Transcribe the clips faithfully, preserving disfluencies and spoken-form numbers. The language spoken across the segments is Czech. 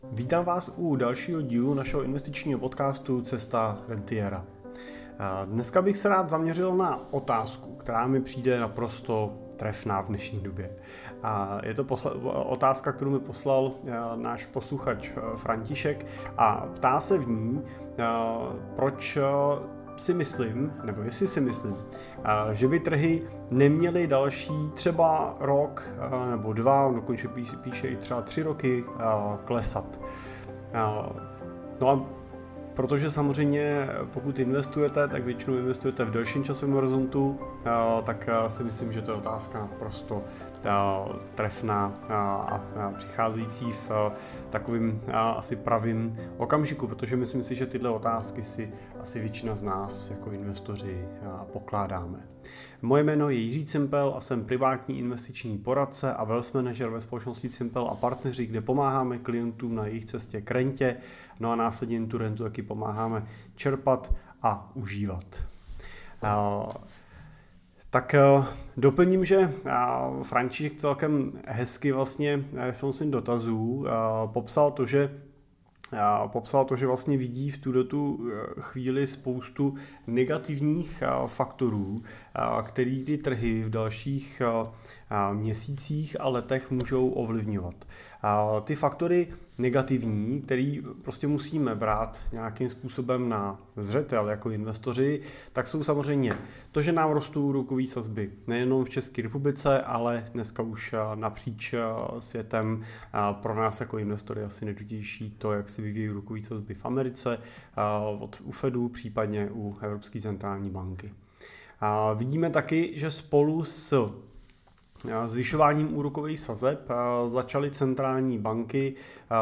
Vítám vás u dalšího dílu našeho investičního podcastu Cesta rentiera. Dneska bych se rád zaměřil na otázku, která mi přijde naprosto trefná v dnešní době. Je to posla- otázka, kterou mi poslal náš posluchač František a ptá se v ní, proč si myslím, nebo jestli si myslím, že by trhy neměly další třeba rok nebo dva, on dokonce píše, píše i třeba tři roky klesat. No a protože samozřejmě pokud investujete, tak většinou investujete v delším časovém horizontu, tak si myslím, že to je otázka naprosto trefná a přicházející v takovým asi pravým okamžiku, protože myslím si, že tyhle otázky si asi většina z nás jako investoři pokládáme. Moje jméno je Jiří Cimpel a jsem privátní investiční poradce a wealth manager ve společnosti Cimpel a partneři, kde pomáháme klientům na jejich cestě k rentě, no a následně tu rentu taky pomáháme čerpat a užívat. Tak doplním, že František celkem hezky vlastně jsem svým dotazů popsal to, že popsal to, že vlastně vidí v tuto chvíli spoustu negativních faktorů, který ty trhy v dalších měsících a letech můžou ovlivňovat. Ty faktory negativní, který prostě musíme brát nějakým způsobem na zřetel jako investoři, tak jsou samozřejmě to, že nám rostou úrokové sazby nejenom v České republice, ale dneska už napříč světem. Pro nás jako investory asi nejdůležitější to, jak se vyvíjí úrokové sazby v Americe, od u Fedu, případně u Evropské centrální banky. Vidíme taky, že spolu s zvyšováním úrokových sazeb začaly centrální banky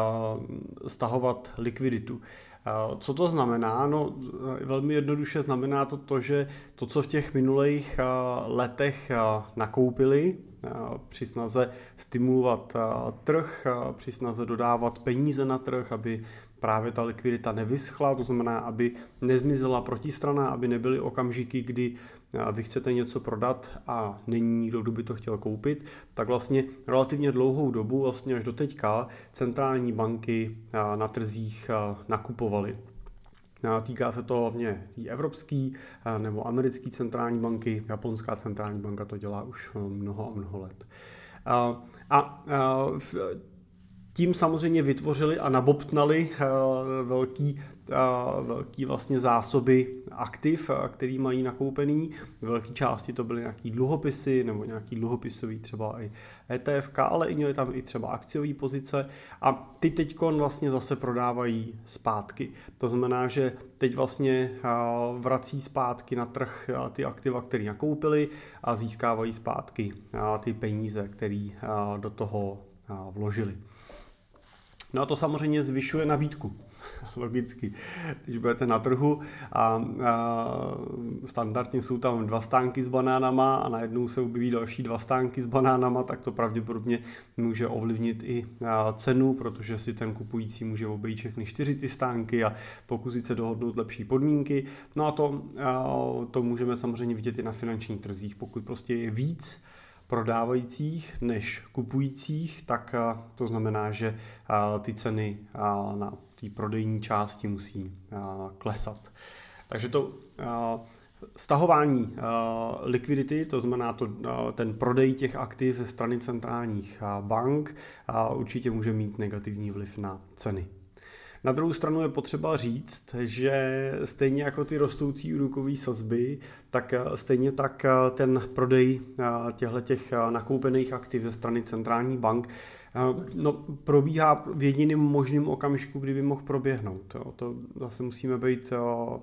stahovat likviditu. Co to znamená? No, velmi jednoduše znamená to to, že to, co v těch minulých letech nakoupili, při snaze stimulovat trh, při snaze dodávat peníze na trh, aby právě ta likvidita nevyschla, to znamená, aby nezmizela protistrana, aby nebyly okamžiky, kdy vy chcete něco prodat a není nikdo, kdo by to chtěl koupit, tak vlastně relativně dlouhou dobu, vlastně až do teďka, centrální banky na trzích nakupovaly. Týká se to hlavně té evropské nebo americké centrální banky, japonská centrální banka to dělá už mnoho a mnoho let. A, a, a tím samozřejmě vytvořili a nabobtnali velký, velký vlastně zásoby aktiv, který mají nakoupený. V velké části to byly nějaký dluhopisy nebo nějaký dluhopisový třeba i E T F, ale i měli tam i třeba akciové pozice a ty teďkon vlastně zase prodávají zpátky. To znamená, že teď vlastně vrací zpátky na trh ty aktiva, které nakoupili a získávají zpátky ty peníze, které do toho vložili. No a to samozřejmě zvyšuje nabídku, logicky. Když budete na trhu a, a standardně jsou tam dva stánky s banánama a najednou se objeví další dva stánky s banánama, tak to pravděpodobně může ovlivnit i cenu, protože si ten kupující může obejít všechny čtyři ty stánky a pokusit se dohodnout lepší podmínky. No a to, a to můžeme samozřejmě vidět i na finančních trzích, pokud prostě je víc prodávajících než kupujících, tak to znamená, že ty ceny na té prodejní části musí klesat. Takže to stahování likvidity, to znamená to, ten prodej těch aktiv ze strany centrálních bank, určitě může mít negativní vliv na ceny. Na druhou stranu je potřeba říct, že stejně jako ty rostoucí úrokové sazby, tak stejně tak ten prodej těchto nakoupených aktiv ze strany centrální bank no, probíhá v jediném možném okamžiku, kdy by mohl proběhnout. To zase musíme být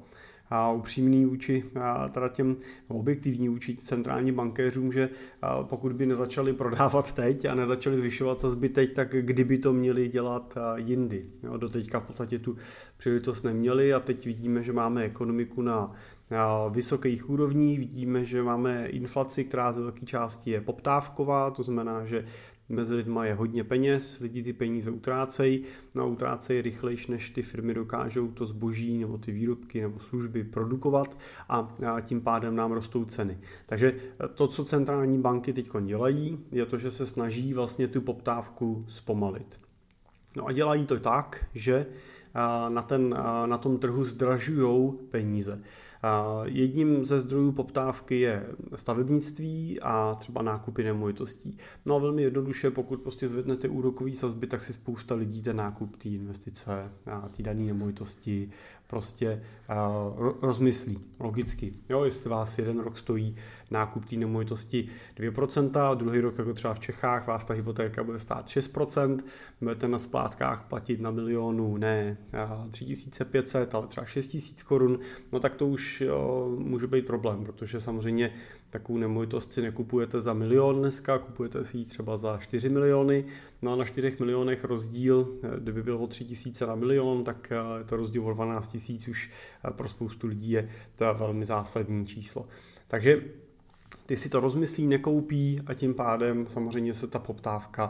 a upřímný vůči teda těm objektivní vůči centrálním bankéřům, že pokud by nezačali prodávat teď a nezačali zvyšovat sazby teď, tak kdyby to měli dělat jindy. Jo, doteďka v podstatě tu příležitost neměli a teď vidíme, že máme ekonomiku na vysokých úrovních, vidíme, že máme inflaci, která z velké části je poptávková, to znamená, že mezi lidma je hodně peněz, lidi ty peníze utrácejí, no a utrácejí rychlejš, než ty firmy dokážou to zboží nebo ty výrobky nebo služby produkovat a tím pádem nám rostou ceny. Takže to, co centrální banky teď dělají, je to, že se snaží vlastně tu poptávku zpomalit. No a dělají to tak, že na, ten, na tom trhu zdražují peníze. Jedním ze zdrojů poptávky je stavebnictví a třeba nákupy nemovitostí. No a velmi jednoduše, pokud prostě zvednete úrokový sazby, tak si spousta lidí ten nákup, té investice, té dané nemovitosti prostě uh, rozmyslí logicky. Jo, jestli vás jeden rok stojí nákup té nemovitosti dvě procenta, druhý rok jako třeba v Čechách vás ta hypotéka bude stát šest procent, budete na splátkách platit na milionu ne tři tisíce pět set, ale třeba šest tisíc korun, no tak to už uh, může být problém, protože samozřejmě takovou nemovitost si nekupujete za milion dneska, kupujete si ji třeba za čtyři miliony, no a na čtyřech milionech rozdíl, kdyby byl o tři tisíce na milion, tak je to rozdíl o dvanáct tisíc, už pro spoustu lidí je to velmi zásadní číslo. Takže ty si to rozmyslí, nekoupí a tím pádem samozřejmě se ta poptávka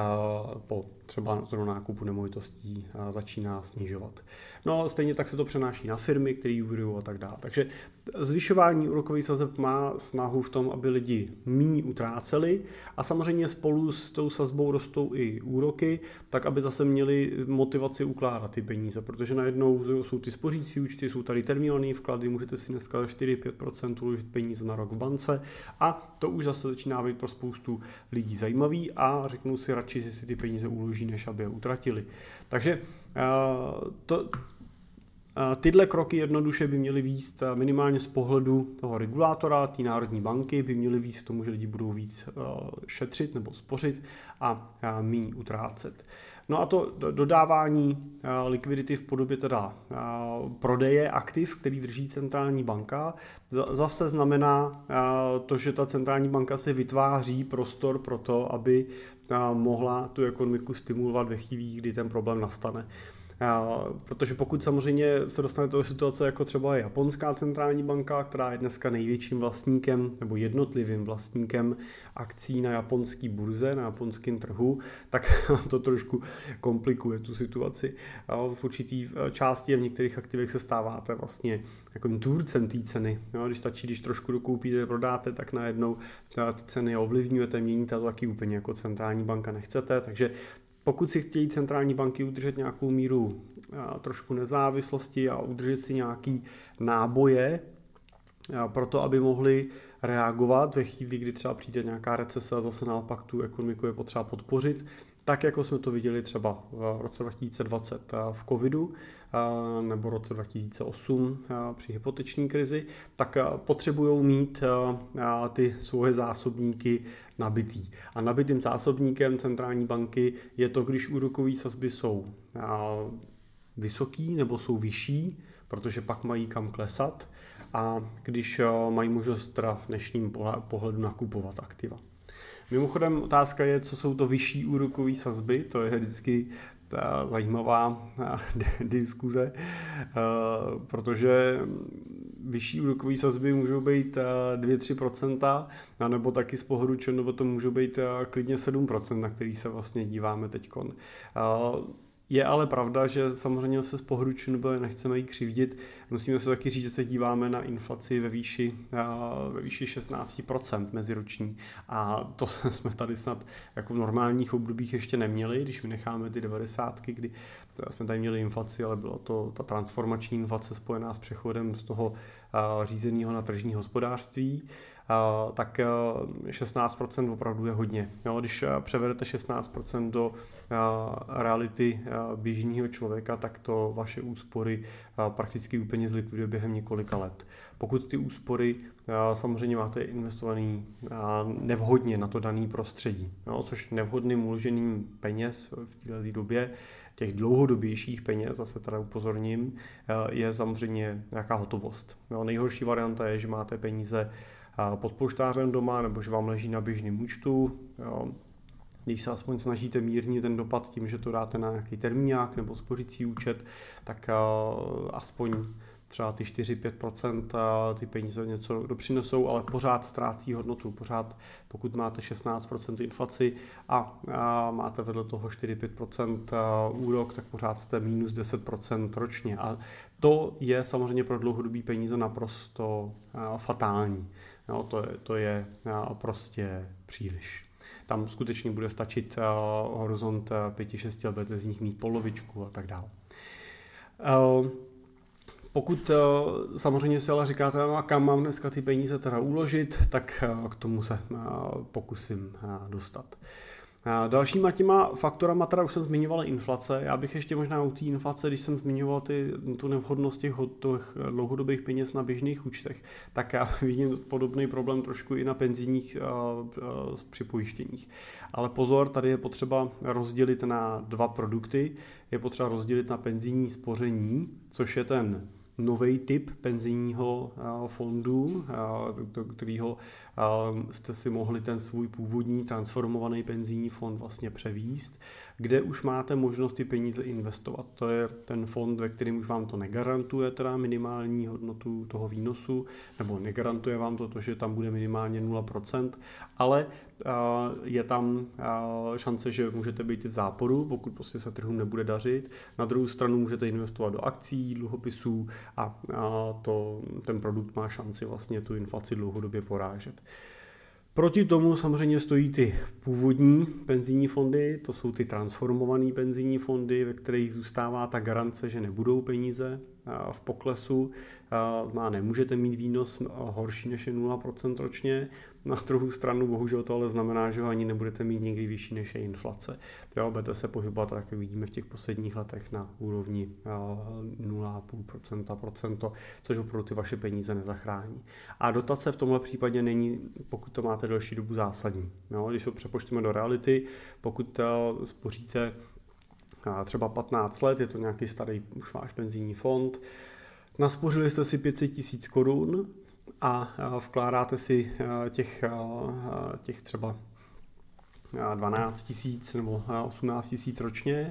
po třeba zrovna nákupu nemovitostí začíná snižovat. No a stejně tak se to přenáší na firmy, které úvěrují a tak dále. Takže zvyšování úrokových sazeb má snahu v tom, aby lidi méně utráceli a samozřejmě spolu s tou sazbou rostou i úroky, tak aby zase měli motivaci ukládat ty peníze, protože najednou jsou ty spořící účty, jsou tady termínové vklady, můžete si dneska čtyři až pět procent uložit peníze na rok v bance a to už zase začíná být pro spoustu lidí zajímavý a řeknou si radši, že si ty peníze uloží, než aby je utratili. Takže to, tyhle kroky jednoduše by měly vést minimálně z pohledu toho regulátora, té národní banky, by měly vést k tomu, že lidi budou víc šetřit nebo spořit a méně utrácet. No a to dodávání likvidity v podobě teda prodeje aktiv, který drží centrální banka, zase znamená to, že ta centrální banka si vytváří prostor pro to, aby mohla tu ekonomiku stimulovat ve chvíli, kdy ten problém nastane. Protože pokud samozřejmě se dostanete do situace jako třeba japonská centrální banka, která je dneska největším vlastníkem nebo jednotlivým vlastníkem akcí na japonské burze, na japonském trhu, tak to trošku komplikuje tu situaci. V určitý části v některých aktivech se stáváte vlastně takovým tvůrcem té ceny. Když stačí, když trošku dokoupíte, prodáte, tak najednou ty ceny ovlivňujete, měníte to taky úplně jako centrální banka nechcete, takže pokud si chtějí centrální banky udržet nějakou míru a, trošku nezávislosti a udržet si nějaký náboje a, pro to, aby mohli reagovat ve chvíli, kdy třeba přijde nějaká recese a zase naopak tu ekonomiku je potřeba podpořit, tak jako jsme to viděli třeba v roce dva tisíce dvacet v covidu nebo v roce dva tisíce osm při hypoteční krizi, tak potřebují mít ty svoje zásobníky nabitý. A nabitým zásobníkem centrální banky je to, když úrokové sazby jsou vysoký nebo jsou vyšší, protože pak mají kam klesat a když mají možnost teda v dnešním pohledu nakupovat aktiva. Mimochodem otázka je, co jsou to vyšší úrokové sazby, to je vždycky ta zajímavá diskuze, protože vyšší úrokové sazby můžou být dvě až tři procenta, nebo taky z pohledu ČNB to můžou být klidně sedm procent, na který se vlastně díváme teďkon. Je ale pravda, že samozřejmě se z pohledu ČNB nechceme jí křivdit. Musíme se taky říct, že se díváme na inflaci ve výši, ve výši šestnáct procent meziroční. A to jsme tady snad jako v normálních obdobích ještě neměli, když vynecháme ty devadesátky, kdy jsme tady měli inflaci, ale byla to ta transformační inflace spojená s přechodem z toho řízeného na tržní hospodářství. Uh, tak uh, šestnáct procent opravdu je hodně. Jo, když uh, převedete šestnáct procent do uh, reality uh, běžného člověka, tak to vaše úspory uh, prakticky úplně zlikviduje během několika let. Pokud ty úspory uh, samozřejmě máte investovaný uh, nevhodně na to dané prostředí, jo, což nevhodným uloženým peněz v této době, těch dlouhodobějších peněz, zase teda upozorním, uh, je samozřejmě nějaká hotovost. Jo, nejhorší varianta je, že máte peníze pod polštářem doma, nebo že vám leží na běžném účtu. Jo. Když se aspoň snažíte mírnit ten dopad tím, že to dáte na nějaký termíňák nebo spořící účet, tak uh, aspoň třeba ty čtyři až pět procent ty peníze něco dopřinesou, ale pořád ztrácí hodnotu. Pořád, pokud máte šestnáct procent inflaci a, a máte vedle toho čtyři až pět procent úrok, tak pořád jste minus deset procent ročně. A to je samozřejmě pro dlouhodobý peníze naprosto fatální. No, to je, to je prostě příliš. Tam skutečně bude stačit horizont pěti šesti let, budete z nich mít polovičku a tak dále. Pokud samozřejmě si ale říkáte, no a kam mám dneska ty peníze teda uložit, tak k tomu se pokusím dostat. Dalšíma těma faktorama, teda už jsem zmiňoval inflace, já bych ještě možná u té inflace, když jsem zmiňoval ty, tu nevhodnost těch, těch dlouhodobých peněz na běžných účtech, tak já vidím podobný problém trošku i na penzijních uh, připojištěních. Ale pozor, tady je potřeba rozdělit na dva produkty, je potřeba rozdělit na penzijní spoření, což je ten nový typ penzijního fondu, do kterého jste si mohli ten svůj původní transformovaný penzijní fond vlastně převíst, kde už máte možnost ty peníze investovat. To je ten fond, ve kterém už vám to negarantuje teda minimální hodnotu toho výnosu, nebo negarantuje vám to, to že tam bude minimálně nula procent, ale je tam šance, že můžete být v záporu, pokud prostě se trhu nebude dařit. Na druhou stranu můžete investovat do akcí, dluhopisů a to, ten produkt má šanci vlastně tu inflaci dlouhodobě porážet. Proti tomu samozřejmě stojí ty původní penzijní fondy, to jsou ty transformované penzijní fondy, ve kterých zůstává ta garance, že nebudou peníze v poklesu, a nemůžete mít výnos horší než je nula procent ročně. Na druhou stranu bohužel to ale znamená, že ho ani nebudete mít někdy vyšší než je inflace. Jo, budete se pohybovat, tak jak vidíme v těch posledních letech, na úrovni nula celá pět procenta, procento, což opravdu ty vaše peníze nezachrání. A dotace v tomhle případě není, pokud to máte delší dobu, zásadní. Jo, když se přepočteme do reality, pokud spoříte třeba patnáct let, je to nějaký starý už váš penzijní fond, naspořili jste si pět set tisíc korun a vkládáte si těch, těch třeba dvanáct tisíc nebo osmnáct tisíc ročně,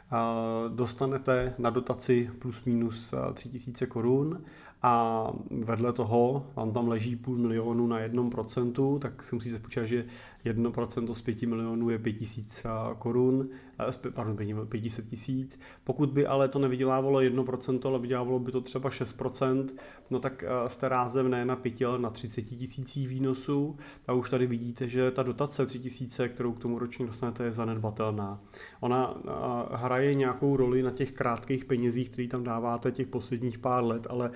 dostanete na dotaci plus minus tři tisíce korun a vedle toho vám tam leží půl milionu na jednom procentu, tak si musíte spočítat, že jedno procento z pěti milionů je pět tisíc korun, pardon, pět set tisíc. Pokud by ale to nevydělávalo jedno procento, ale vydělávalo by to třeba šest procent, no tak jste rázem ne na pěti, ale na třicet tisících výnosů. A už tady vidíte, že ta dotace tři tisíce, kterou k tomu ročně dostanete, je zanedbatelná. Ona hraje nějakou roli na těch krátkých penězích, které tam dáváte těch posledních pár let, ale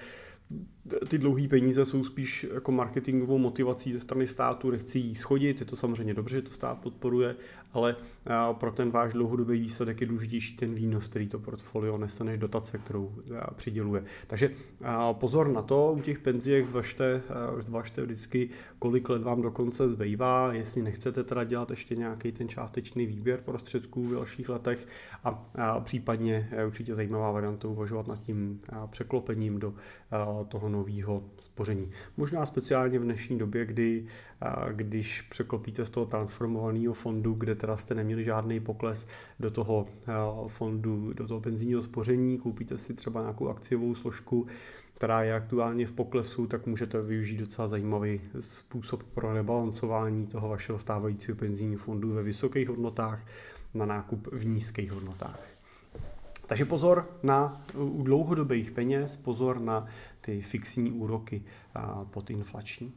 ty dlouhé peníze jsou spíš jako marketingovou motivací ze strany státu, nechci jí schodit, je to samozřejmě dobře, že to stát podporuje, ale pro ten váš dlouhodobý výsledek je důležitější ten výnos, který to portfolio nese, než dotace, kterou přiděluje. Takže pozor na to, u těch penzijek zvažte, zvažte vždycky, kolik let vám dokonce zbývá, jestli nechcete teda dělat ještě nějaký ten částečný výběr prostředků v dalších letech a, a případně je určitě zajímavá varianta uvažovat nad tím překlopením do toho nového spoření. Možná speciálně v dnešní době, kdy když překlopíte z toho transformovaného fondu, kde teda jste neměli žádný pokles, do toho fondu, do toho penzijního spoření, koupíte si třeba nějakou akciovou složku, která je aktuálně v poklesu, tak můžete využít docela zajímavý způsob pro rebalancování toho vašeho stávajícího penzijního fondu ve vysokých hodnotách na nákup v nízkých hodnotách. Takže pozor na u dlouhodobých peněz, pozor na ty fixní úroky podinflační.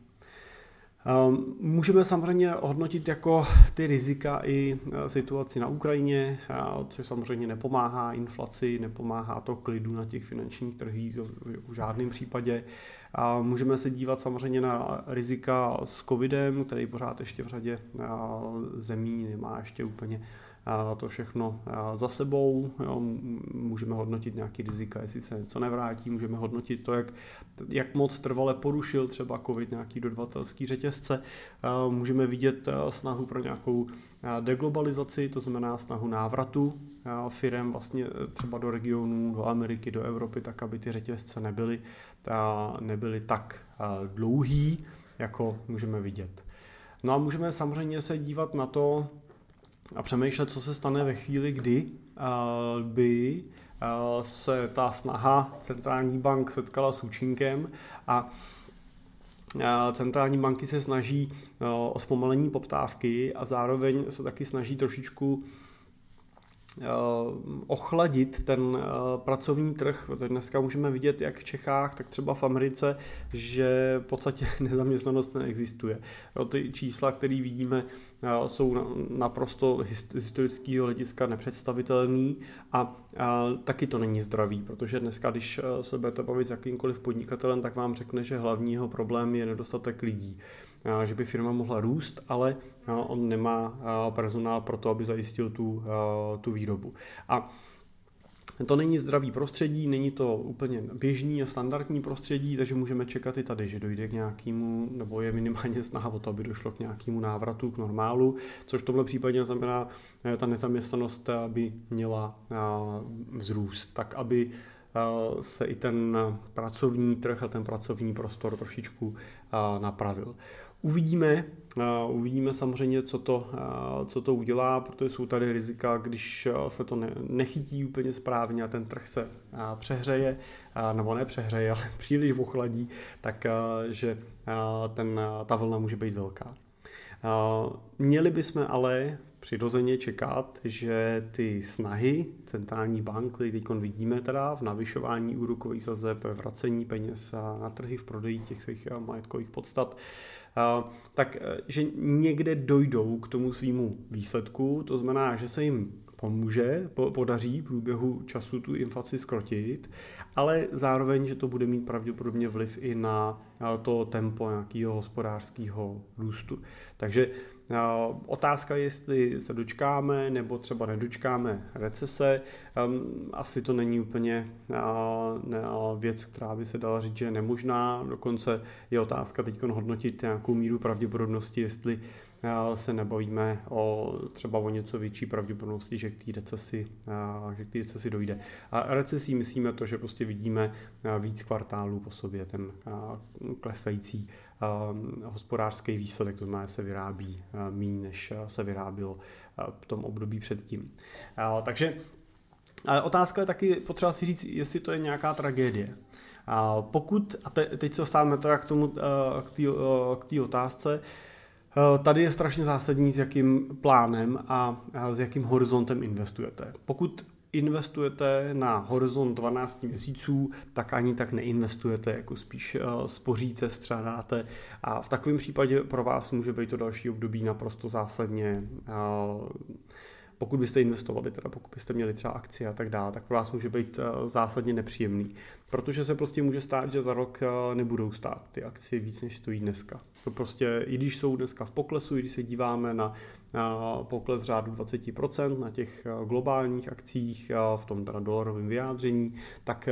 Můžeme samozřejmě hodnotit jako ty rizika i situaci na Ukrajině, což samozřejmě nepomáhá inflaci, nepomáhá to klidu na těch finančních trhích v žádném případě. Můžeme se dívat samozřejmě na rizika s covidem, který pořád ještě v řadě zemí nemá ještě úplně to všechno za sebou. Jo, můžeme hodnotit nějaký rizika, jestli se něco nevrátí, můžeme hodnotit to, jak, jak moc trvale porušil třeba covid nějaký dodavatelský řetězce. Můžeme vidět snahu pro nějakou deglobalizaci, to znamená snahu návratu firem vlastně třeba do regionů, do Ameriky, do Evropy, tak aby ty řetězce nebyly, nebyly tak dlouhý, jako můžeme vidět. No a můžeme samozřejmě se dívat na to, a přemýšlet, co se stane ve chvíli, kdy by se ta snaha centrální bank setkala s účinkem a centrální banky se snaží o zpomalení poptávky a zároveň se taky snaží trošičku ochladit ten pracovní trh, protože dneska můžeme vidět jak v Čechách, tak třeba v Americe, že v podstatě nezaměstnanost neexistuje. Ty čísla, které vidíme jsou naprosto historického hlediska nepředstavitelný a taky to není zdravý, protože dneska, když se budete bavit s jakýmkoliv podnikatelem, tak vám řekne, že hlavního problém je nedostatek lidí. Že by firma mohla růst, ale on nemá personál pro to, aby zajistil tu, tu výrobu. A to není zdravý prostředí, není to úplně běžný a standardní prostředí, takže můžeme čekat i tady, že dojde k nějakému, nebo je minimálně snaha o to, aby došlo k nějakému návratu k normálu, což v tomhle případě znamená, že ta nezaměstnanost by měla vzrůst, tak, aby se i ten pracovní trh a ten pracovní prostor trošičku napravil. Uvidíme, uvidíme samozřejmě, co to, co to udělá, protože jsou tady rizika, když se to nechytí úplně správně a ten trh se přehřeje, nebo nepřehřeje, ale příliš ochladí, tak že ten, ta vlna může být velká. Měli bychom ale přirozeně čekat, že ty snahy centrálních bank, které teď vidíme teda v navyšování úrokových sazeb, vracení peněz na trhy v prodeji těch svých majetkových podstat, tak že někde dojdou k tomu svýmu výsledku, to znamená, že se jim pomůže, podaří v průběhu času tu inflaci zkrotit, ale zároveň, že to bude mít pravděpodobně vliv i na to tempo nějakého hospodářského růstu. Takže otázka je, jestli se dočkáme nebo třeba nedočkáme recese. Asi to není úplně věc, která by se dala říct, že je nemožná. Dokonce je otázka teď hodnotit nějakou míru pravděpodobnosti, jestli se nebavíme o třeba o něco větší pravděpodobnosti, že k té recesi, že k té recesi dojde. A recesí myslíme to, že prostě vidíme víc kvartálů po sobě, ten klesající hospodářský výsledek, to znamená, že se vyrábí méně, než se vyrábělo v tom období předtím. Takže otázka je taky potřeba si říct, jestli to je nějaká tragédie. Pokud, a teď se dostáváme teda k tomu, k té otázce, tady je strašně zásadní, s jakým plánem a s jakým horizontem investujete. Pokud investujete na horizont dvanáct měsíců, tak ani tak neinvestujete, jako spíš spoříte, střádáte a v takovém případě pro vás může být to další období naprosto zásadně, pokud byste investovali, teda pokud byste měli třeba akcie a tak dále, tak pro vás může být zásadně nepříjemný, protože se prostě může stát, že za rok nebudou stát ty akcie víc, než stojí dneska. To prostě, i když jsou dneska v poklesu, i když se díváme na, na pokles řádu dvacet procent na těch globálních akcích, v tom teda dolarovém vyjádření, tak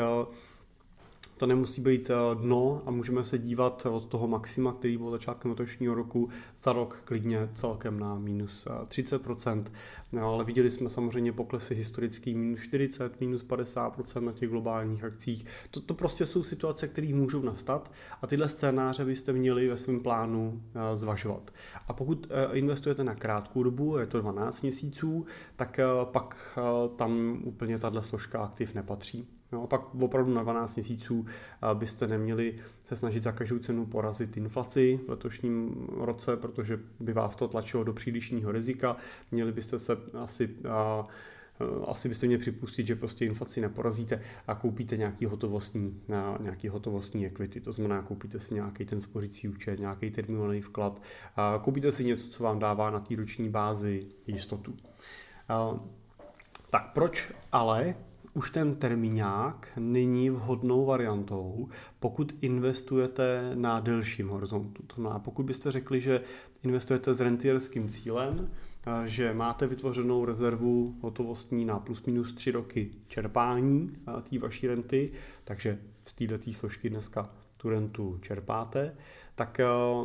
to nemusí být dno a můžeme se dívat od toho maxima, který byl začátkem letošního roku, za rok klidně celkem na minus třicet procent. No, ale viděli jsme samozřejmě poklesy historický minus čtyřicet, minus padesát procent na těch globálních akcích. To, to prostě jsou situace, které můžou nastat a tyhle scénáře byste měli ve svém plánu zvažovat. A pokud investujete na krátkou dobu, je to dvanáct měsíců, tak pak tam úplně tahle složka aktiv nepatří. No, a pak opravdu na dvanáct měsíců byste neměli se snažit za každou cenu porazit inflaci v letošním roce, protože by vás to tlačilo do přílišního rizika. Měli byste se asi, a, asi byste měli připustit, že prostě inflaci neporazíte a koupíte nějaký hotovostní, nějaký hotovostní equity. To znamená, koupíte si nějaký ten spořící účet, nějaký termínovaný vklad, a koupíte si něco, co vám dává na té roční bázi jistotu. A, tak proč ale už ten termíňák není vhodnou variantou, pokud investujete na delším horizontu. To znamená, pokud byste řekli, že investujete s rentierským cílem, že máte vytvořenou rezervu hotovostní na plus minus tři roky čerpání té vaší renty, takže z této složky dneska tu rentu čerpáte, tak uh,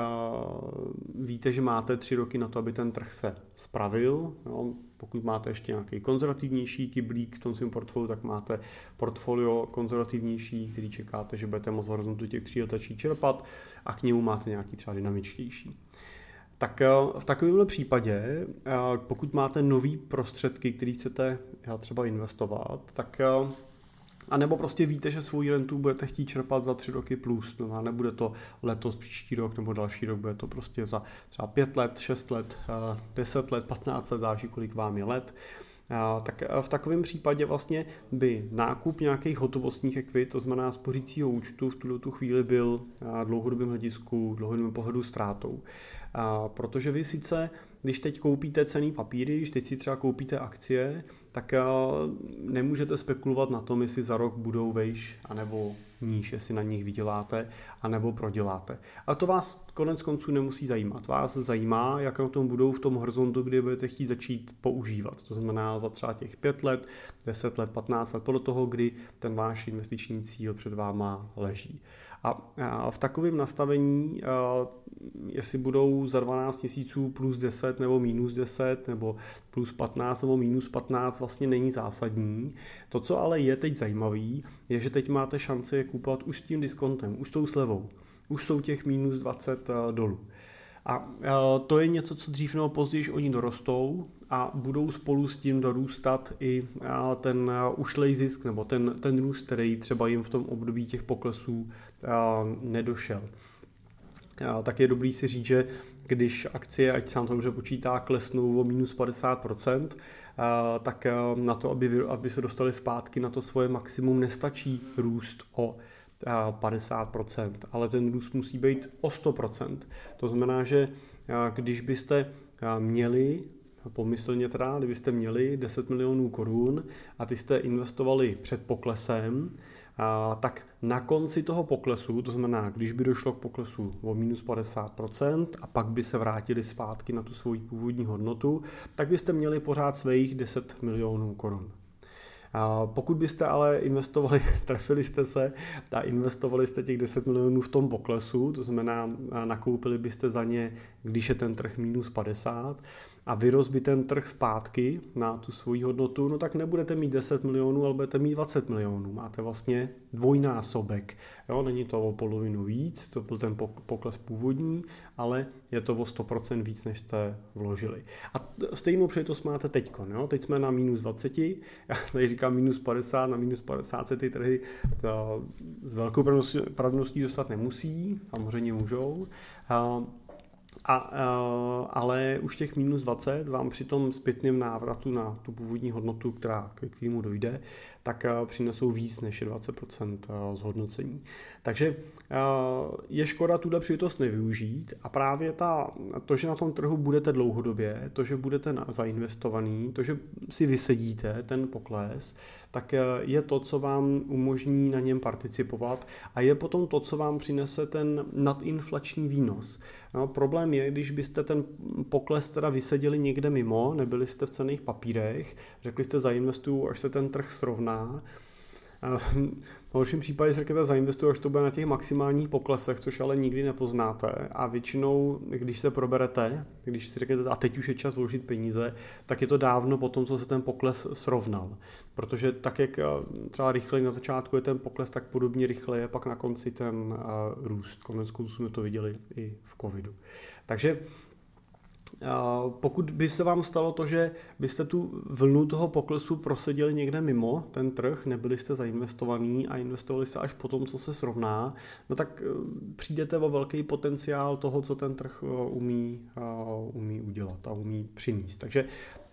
uh, víte, že máte tři roky na to, aby ten trh se spravil. Jo. Pokud máte ještě nějaký konzervativnější kyblík v tom svém portfoliu, tak máte portfolio konzervativnější, který čekáte, že budete moct v horizontu těch tří let začít čerpat a k němu máte nějaký třeba dynamičtější. Tak v takovémhle případě, pokud máte nový prostředky, který chcete třeba investovat, tak a nebo prostě víte, že svou rentu budete chtít čerpat za tři roky plus, no, nebude to letos, příští rok nebo další rok, bude to prostě za třeba pět let, šest let, deset let, patnáct let, záleží, kolik vám je let. Tak v takovém případě vlastně by nákup nějakých hotovostních ekvit, to znamená spořícího účtu, v tuto tu chvíli byl dlouhodobým hledisku, dlouhodobým pohledu ztrátou. Protože vy sice když teď koupíte cenný papíry, když teď si třeba koupíte akcie, tak nemůžete spekulovat na tom, jestli za rok budou vejš, anebo níž, jestli na nich vyděláte, anebo proděláte. A to vás konec konců nemusí zajímat. Vás zajímá, jak na tom budou v tom horizontu, kdy budete chtít začít používat. To znamená za třeba těch pět let, deset let, patnáct let, podle toho, kdy ten váš investiční cíl před váma leží. A v takovém nastavení, jestli budou za dvanáct měsíců plus deset nebo minus deset nebo plus patnáct nebo minus patnáct, vlastně není zásadní. To, co ale je teď zajímavý, je, že teď máte šanci je kupovat už s tím diskontem, už s tou slevou, už jsou těch minus dvacet dolů. A to je něco, co dřív nebo později oni dorostou a budou spolu s tím dorůstat i ten ušlej zisk nebo ten, ten růst, který třeba jim v tom období těch poklesů nedošel. Tak je dobrý si říct, že když akcie, ať se nám to dobře počítá, klesnou o minus padesát procent, tak na to, aby, aby se dostali zpátky na to svoje maximum, nestačí růst o padesát procent, ale ten růst musí být o sto procent. To znamená, že když byste měli, pomyslně teda, kdybyste měli deset milionů korun a ty jste investovali před poklesem, tak na konci toho poklesu, to znamená, když by došlo k poklesu o minus padesát procent a pak by se vrátili zpátky na tu svoji původní hodnotu, tak byste měli pořád svých deset milionů korun. Pokud byste ale investovali, trefili jste se a investovali jste těch deset milionů v tom poklesu, to znamená, nakoupili byste za ně, když je ten trh minus padesát a vyrost by ten trh zpátky na tu svoji hodnotu, no tak nebudete mít deset milionů, ale budete mít dvacet milionů. Máte vlastně dvojnásobek. Jo, není to o polovinu víc, to byl ten pokles původní, ale je to o sto procent víc, než jste vložili. A stejnou příležitost máte teďko. Jo? Teď jsme na minus dvacet, já tady říkám minus padesát, na minus padesát se ty trhy s velkou pravděpodobností dostat nemusí, samozřejmě můžou. A, ale už těch minus dvacet vám při tom zpětném návratu na tu původní hodnotu, která k kterému dojde, tak přinesou víc než dvacet procent zhodnocení. Takže je škoda tuhle příležitost nevyužít a právě ta, to, že na tom trhu budete dlouhodobě, to, že budete zainvestovaný, to, že si vysedíte ten pokles, tak je to, co vám umožní na něm participovat a je potom to, co vám přinese ten nadinflační výnos. No, problém je, když byste ten pokles teda vyseděli někde mimo, nebyli jste v cenných papírech, řekli jste zainvestuju, až se ten trh srovná. V horším případě si řeknete zainvestuju, až to bude na těch maximálních poklesech, což ale nikdy nepoznáte a většinou, když se proberete, když si řeknete a teď už je čas vložit peníze, tak je to dávno po tom, co se ten pokles srovnal. Protože tak, jak třeba rychleji na začátku je ten pokles, tak podobně rychle je pak na konci ten růst. Konec konců jsme to viděli i v covidu. Takže pokud by se vám stalo to, že byste tu vlnu toho poklesu proseděli někde mimo ten trh, nebyli jste zainvestovaný a investovali jste až po tom, co se srovná, no tak přijdete o velký potenciál toho, co ten trh umí, umí udělat a umí přinést. Takže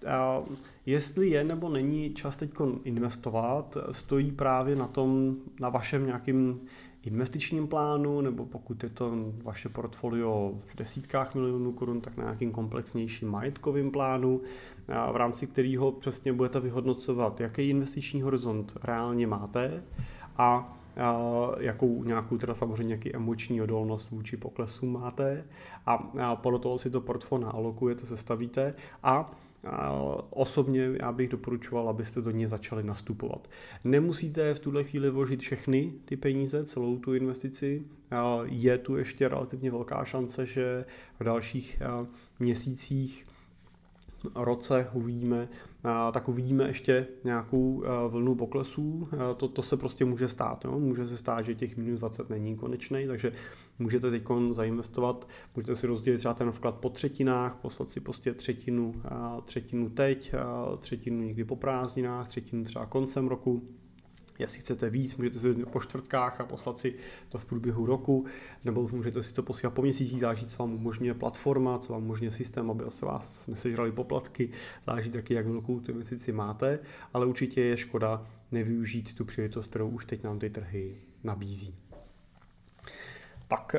jestli je nebo není čas teď investovat, stojí právě na tom, na vašem nějakým investičním plánu, nebo pokud je to vaše portfolio v desítkách milionů korun, tak na nějakým komplexnějším majetkovým plánu, v rámci kterého přesně budete vyhodnocovat, jaký investiční horizont reálně máte a jakou nějakou teda samozřejmě nějaký emoční odolnost vůči poklesům máte a podle toho si to portfolio naalokujete, sestavíte a osobně já bych doporučoval, abyste do něj začali nastupovat. Nemusíte v tuhle chvíli vložit všechny ty peníze, celou tu investici. Je tu ještě relativně velká šance, že v dalších měsících, roce uvidíme, tak uvidíme ještě nějakou vlnu poklesů. To, to se prostě může stát. Jo? Může se stát, že těch minus dvacet není konečný, takže můžete teď zainvestovat, můžete si rozdělit třeba ten vklad po třetinách, poslat si prostě třetinu, třetinu teď, třetinu někdy po prázdninách, třetinu třeba koncem roku. Jestli chcete víc, můžete si po čtvrtkách a poslat si to v průběhu roku, nebo můžete si to posílat po měsících, záleží, co vám umožňuje platforma, co vám umožňuje systém, aby se vás nesežrali poplatky, záleží taky, jak velkou tu investici máte, ale určitě je škoda nevyužít tu příležitost, kterou už teď nám ty trhy nabízí. Tak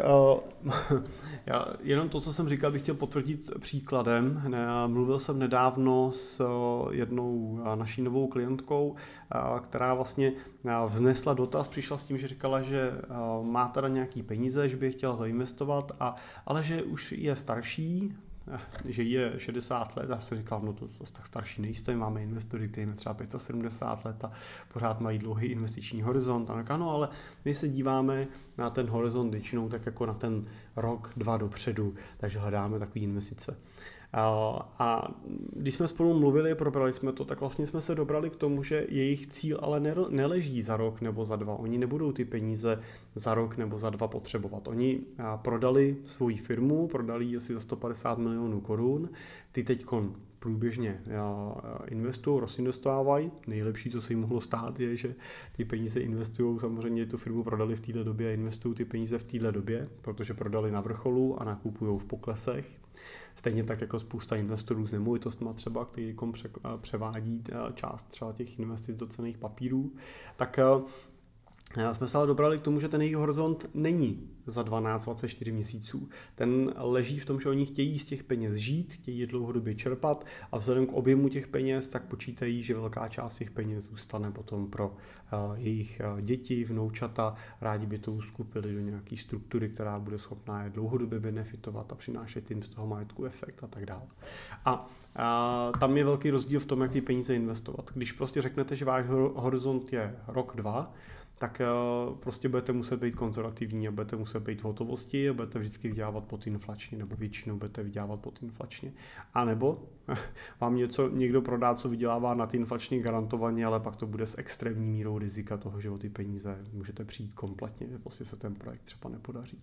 já jenom to, co jsem říkal, bych chtěl potvrdit příkladem. Mluvil jsem nedávno s jednou naší novou klientkou, která vlastně vznesla dotaz, přišla s tím, že říkala, že má teda nějaký peníze, že by je chtěla zainvestovat, a, ale že už je starší, že je šedesát let, já jsem říkal, no to zase tak starší nejste, máme investory, kteří mají třeba sedmdesát pět let a pořád mají dlouhý investiční horizont. A říká, no ale my se díváme na ten horizont většinou tak jako na ten rok, dva dopředu, takže hledáme takové investice. A, a když jsme spolu mluvili, probrali jsme to, tak vlastně jsme se dobrali k tomu, že jejich cíl ale neleží za rok nebo za dva. Oni nebudou ty peníze za rok nebo za dva potřebovat. Oni prodali svoji firmu, prodali ji asi za sto padesát milionů korun, ty teďkon průběžně investují, rozinvestovávají. Nejlepší, co se jim mohlo stát, je, že ty peníze investují, samozřejmě tu firmu prodali v této době a investují ty peníze v této době, protože prodali na vrcholu a nakupují v poklesech. Stejně tak jako spousta investorů s nemovitostma třeba, který převádí část třeba těch investic do cenných papírů, tak jsme se ale dobrali k tomu, že ten jejich horizont není za dvanáct dvacet čtyři měsíců. Ten leží v tom, že oni chtějí z těch peněz žít, chtějí je dlouhodobě čerpat a vzhledem k objemu těch peněz tak počítají, že velká část těch peněz zůstane potom pro uh, jejich uh, děti, vnoučata. Rádi by to uskupili do nějaké struktury, která bude schopná je dlouhodobě benefitovat a přinášet jim z toho majetku efekt a tak dále. A a tam je velký rozdíl v tom, jak ty peníze investovat. Když prostě řeknete, že váš horizont je rok, dva, tak prostě budete muset být konzervativní a budete muset být v hotovosti a budete vždycky vydělávat podinflačně, nebo většinou budete vydělávat podinflačně. A nebo vám něco někdo prodá, co vydělává nadinflačně garantovaně, ale pak to bude s extrémní mírou rizika toho, že o ty peníze můžete přijít kompletně, že prostě se ten projekt třeba nepodaří.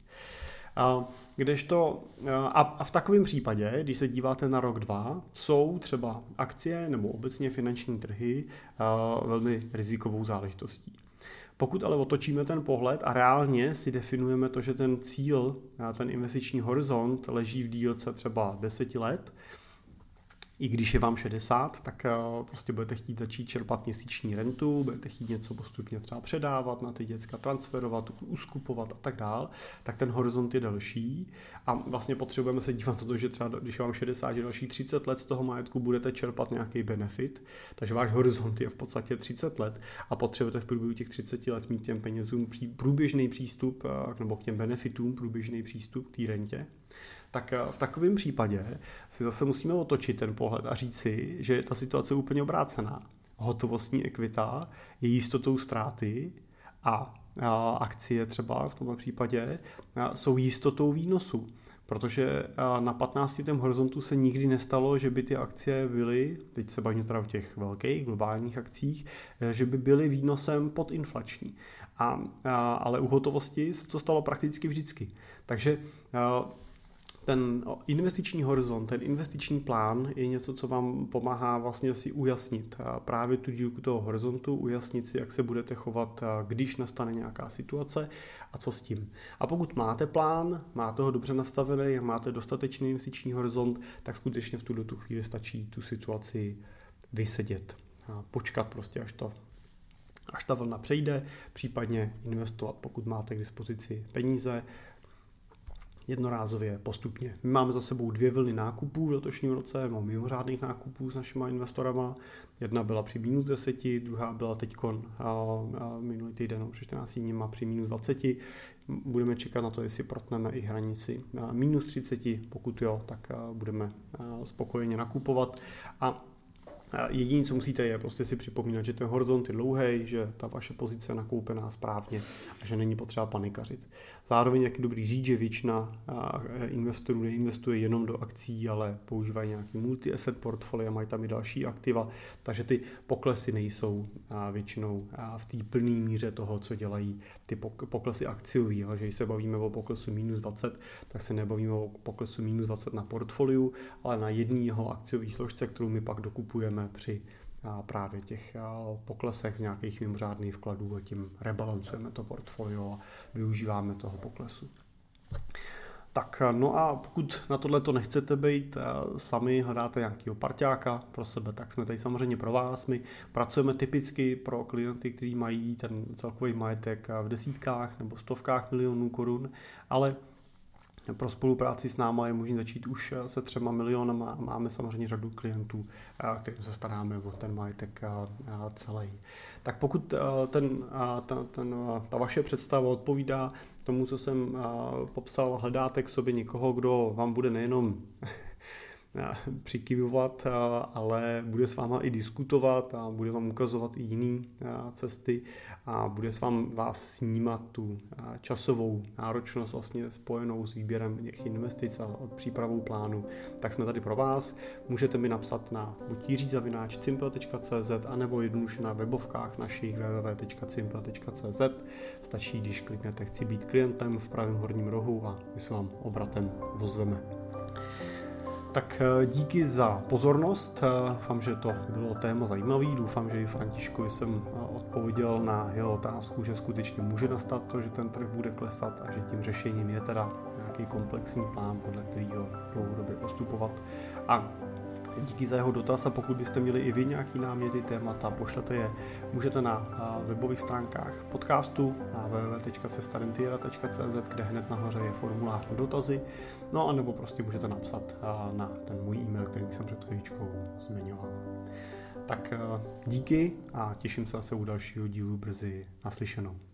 Kdežto, a v takovém případě, když se díváte na rok, dva, jsou třeba akcie nebo obecně finanční trhy velmi rizikovou záležitostí. Pokud ale otočíme ten pohled a reálně si definujeme to, že ten cíl, ten investiční horizont leží v dílce třeba deset let, i když je vám šedesát, tak prostě budete chtít začít čerpat měsíční rentu, budete chtít něco postupně třeba předávat, na ty děcka transferovat, uskupovat a tak dál, tak ten horizont je delší a vlastně potřebujeme se dívat na to, že třeba když vám šedesát, že další třicet let z toho majetku budete čerpat nějaký benefit, takže váš horizont je v podstatě třicet let a potřebujete v průběhu těch třiceti let mít těm penězům průběžný přístup nebo k těm benefitům průběžný přístup k té rentě. Tak v takovém případě si zase musíme otočit ten pohled a říct si, že ta situace je úplně obrácená. Hotovostní ekvita je jistotou ztráty a akcie třeba v tomto případě jsou jistotou výnosu. Protože na patnáctiletém horizontu se nikdy nestalo, že by ty akcie byly, teď se bavíme teda o těch velkých globálních akcích, že by byly výnosem podinflační. A, a, ale u hotovosti se to stalo prakticky vždycky. Takže a, ten investiční horizont, ten investiční plán je něco, co vám pomáhá vlastně si ujasnit právě tu dílku toho horizontu, ujasnit si, jak se budete chovat, když nastane nějaká situace a co s tím. A pokud máte plán, máte ho dobře nastavený, máte dostatečný investiční horizont, tak skutečně v tuto chvíli stačí tu situaci vysedět. A počkat prostě, až to až ta vlna přejde, případně investovat, pokud máte k dispozici peníze, jednorázově, postupně. My máme za sebou dvě vlny nákupů v letošním roce, mám mimořádných nákupů s našimi investorama. Jedna byla při minus deseti, druhá byla teďkon a, a minulý týden, před čtrnácti dní při minus dvaceti. Budeme čekat na to, jestli protneme i hranici a minus třiceti, pokud jo, tak budeme spokojeně nakupovat. A jediné, co musíte, je prostě si připomínat, že ten horizont je dlouhý, že ta vaše pozice je nakoupená správně a že není potřeba panikařit. Zároveň je dobrý říct, že většina investorů neinvestuje jenom do akcí, ale používají nějaký multi-asset portfolio, mají tam i další aktiva, takže ty poklesy nejsou většinou v té plné míře toho, co dělají ty poklesy akciový. Ale že když se bavíme o poklesu minus dvacet, tak se nebavíme o poklesu minus dvacet na portfoliu, ale na jedný jeho akciový složce, kterou my pak dokupujeme při právě těch poklesech z nějakých mimořádných vkladů a tím rebalancujeme to portfolio a využíváme toho poklesu. Tak no a pokud na tohle to nechcete být sami, hledáte nějakého parťáka pro sebe, tak jsme tady samozřejmě pro vás. My pracujeme typicky pro klienty, kteří mají ten celkový majetek v desítkách nebo stovkách milionů korun, ale pro spolupráci s náma je možné začít už se třema milionama a máme samozřejmě řadu klientů, kterým se staráme o ten majetek celý. Tak pokud ten, ta, ten, ta vaše představa odpovídá tomu, co jsem popsal, hledáte k sobě někoho, kdo vám bude nejenom přikyvovat, ale bude s váma i diskutovat a bude vám ukazovat i jiné cesty a bude s vám vás snímat tu časovou náročnost vlastně spojenou s výběrem těch investic a přípravou plánu, tak jsme tady pro vás. Můžete mi napsat na buď jiří zavináč cimpel tečka cé zet anebo jednoduše na webovkách našich w w w tečka cimpel tečka cé zet. Stačí, když kliknete chci být klientem v pravém horním rohu a my se vám obratem ozveme. Tak díky za pozornost, doufám, že to bylo téma zajímavý, doufám, že i Františku jsem odpověděl na jeho otázku, že skutečně může nastat to, že ten trh bude klesat a že tím řešením je teda nějaký komplexní plán, podle kterého dlouhodobě postupovat. A díky za jeho dotaz a pokud byste měli i vy nějaký náměty, témata, pošlete je, můžete na webových stránkách podcastu na w w w tečka cesta rentiera tečka cé zet, kde hned nahoře je formulář na dotazy, no a nebo prostě můžete napsat na ten můj e-mail, který jsem před chvíličkou zmiňoval. Tak díky a těším se zase u dalšího dílu brzy naslyšenou.